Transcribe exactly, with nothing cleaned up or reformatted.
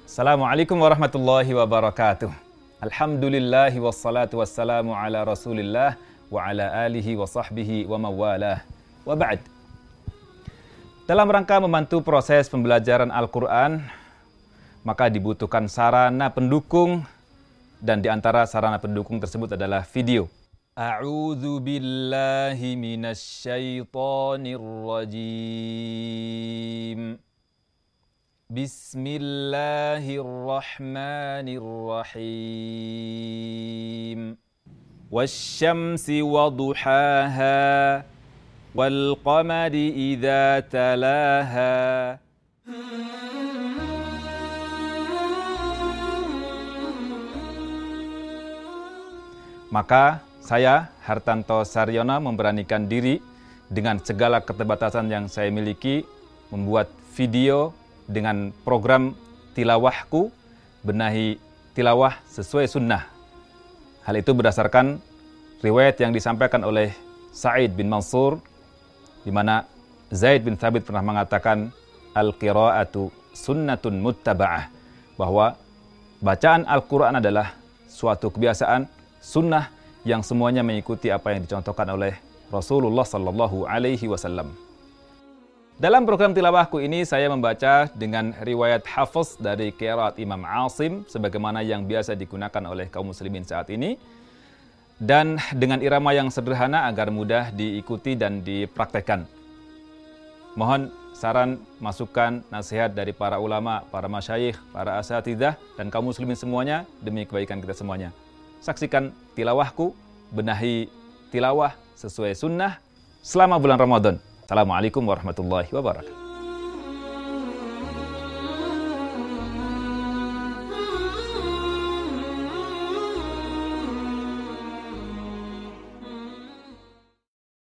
Assalamualaikum warahmatullahi wabarakatuh. Alhamdulillahi wassalatu wassalamu ala rasulillah wa ala alihi wa sahbihi wa mawalah. Wa ba'd. Dalam rangka membantu proses pembelajaran Al-Quran, maka dibutuhkan sarana pendukung, dan di antara sarana pendukung tersebut adalah video. A'udzu billahi minasyaitonir rajim. Bismillahirrahmanirrahim. Wasyamsi waduhaha wal qamari idza talaha. Maka saya, Hartanto Saryono, memberanikan diri dengan segala keterbatasan yang saya miliki membuat video dengan program Tilawahku, benahi tilawah sesuai sunnah. Hal itu berdasarkan riwayat yang disampaikan oleh Sa'id bin Mansur, di mana Zaid bin Thabit pernah mengatakan al-qira'atu sunnatun muttaba'ah, bahwa bacaan Al-Quran adalah suatu kebiasaan sunnah yang semuanya mengikuti apa yang dicontohkan oleh Rasulullah sallallahu alaihi wasallam. Dalam program Tilawahku ini saya membaca dengan riwayat hafaz dari qiraat Imam Asim sebagaimana yang biasa digunakan oleh kaum muslimin saat ini, dan dengan irama yang sederhana agar mudah diikuti dan dipraktekkan. Mohon saran, masukan, nasihat dari para ulama, para masyayikh, para asatidzah dan kaum muslimin semuanya demi kebaikan kita semuanya. Saksikan Tilawahku, benahi tilawah sesuai sunnah selama bulan Ramadan. Assalamualaikum warahmatullahi wabarakatuh.